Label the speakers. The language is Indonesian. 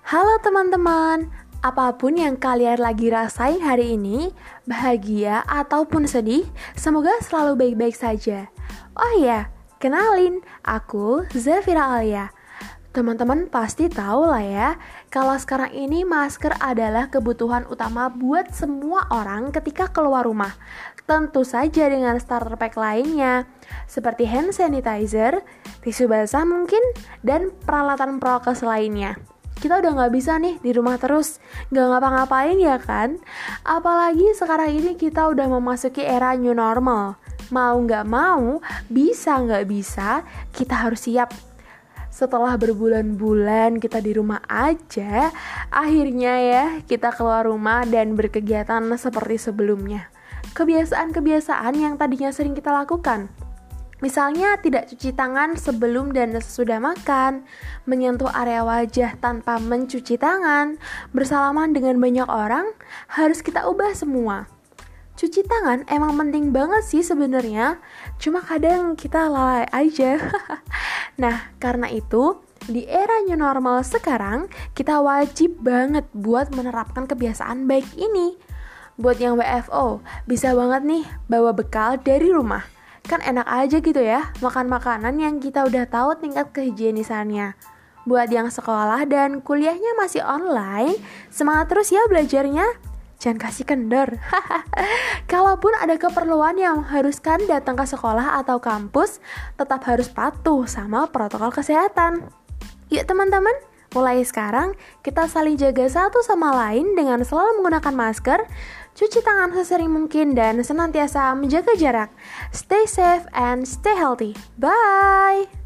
Speaker 1: Halo teman-teman, apapun yang kalian lagi rasain hari ini, bahagia ataupun sedih, semoga selalu baik-baik saja. Oh iya, kenalin, aku Zafira Alia. Teman-teman pasti tahu lah ya, kalau sekarang ini masker adalah kebutuhan utama buat semua orang ketika keluar rumah. Tentu saja dengan starter pack lainnya, seperti hand sanitizer, tisu basah mungkin, dan peralatan prokes lainnya. Kita udah gak bisa nih di rumah terus, gak ngapa-ngapain ya kan? Apalagi sekarang ini kita udah memasuki era new normal. Mau gak mau, bisa gak bisa, kita harus siap. Setelah berbulan-bulan kita di rumah aja, akhirnya ya kita keluar rumah dan berkegiatan seperti sebelumnya. Kebiasaan-kebiasaan yang tadinya sering kita lakukan, misalnya tidak cuci tangan sebelum dan sesudah makan, menyentuh area wajah tanpa mencuci tangan, bersalaman dengan banyak orang, harus kita ubah semua. Cuci tangan emang penting banget sih sebenarnya, cuma kadang kita lalai aja. Nah, karena itu, di era new normal sekarang, kita wajib banget buat menerapkan kebiasaan baik ini. Buat yang WFO, bisa banget nih bawa bekal dari rumah. Kan enak aja gitu ya, makan makanan yang kita udah tahu tingkat kehigienisannya. Buat yang sekolah dan kuliahnya masih online, semangat terus ya belajarnya. Jangan kasih kendor. Kalaupun ada keperluan yang mengharuskan datang ke sekolah atau kampus, tetap harus patuh sama protokol kesehatan. Yuk teman-teman, mulai sekarang kita saling jaga satu sama lain dengan selalu menggunakan masker, cuci tangan sesering mungkin, dan senantiasa menjaga jarak. Stay safe and stay healthy. Bye!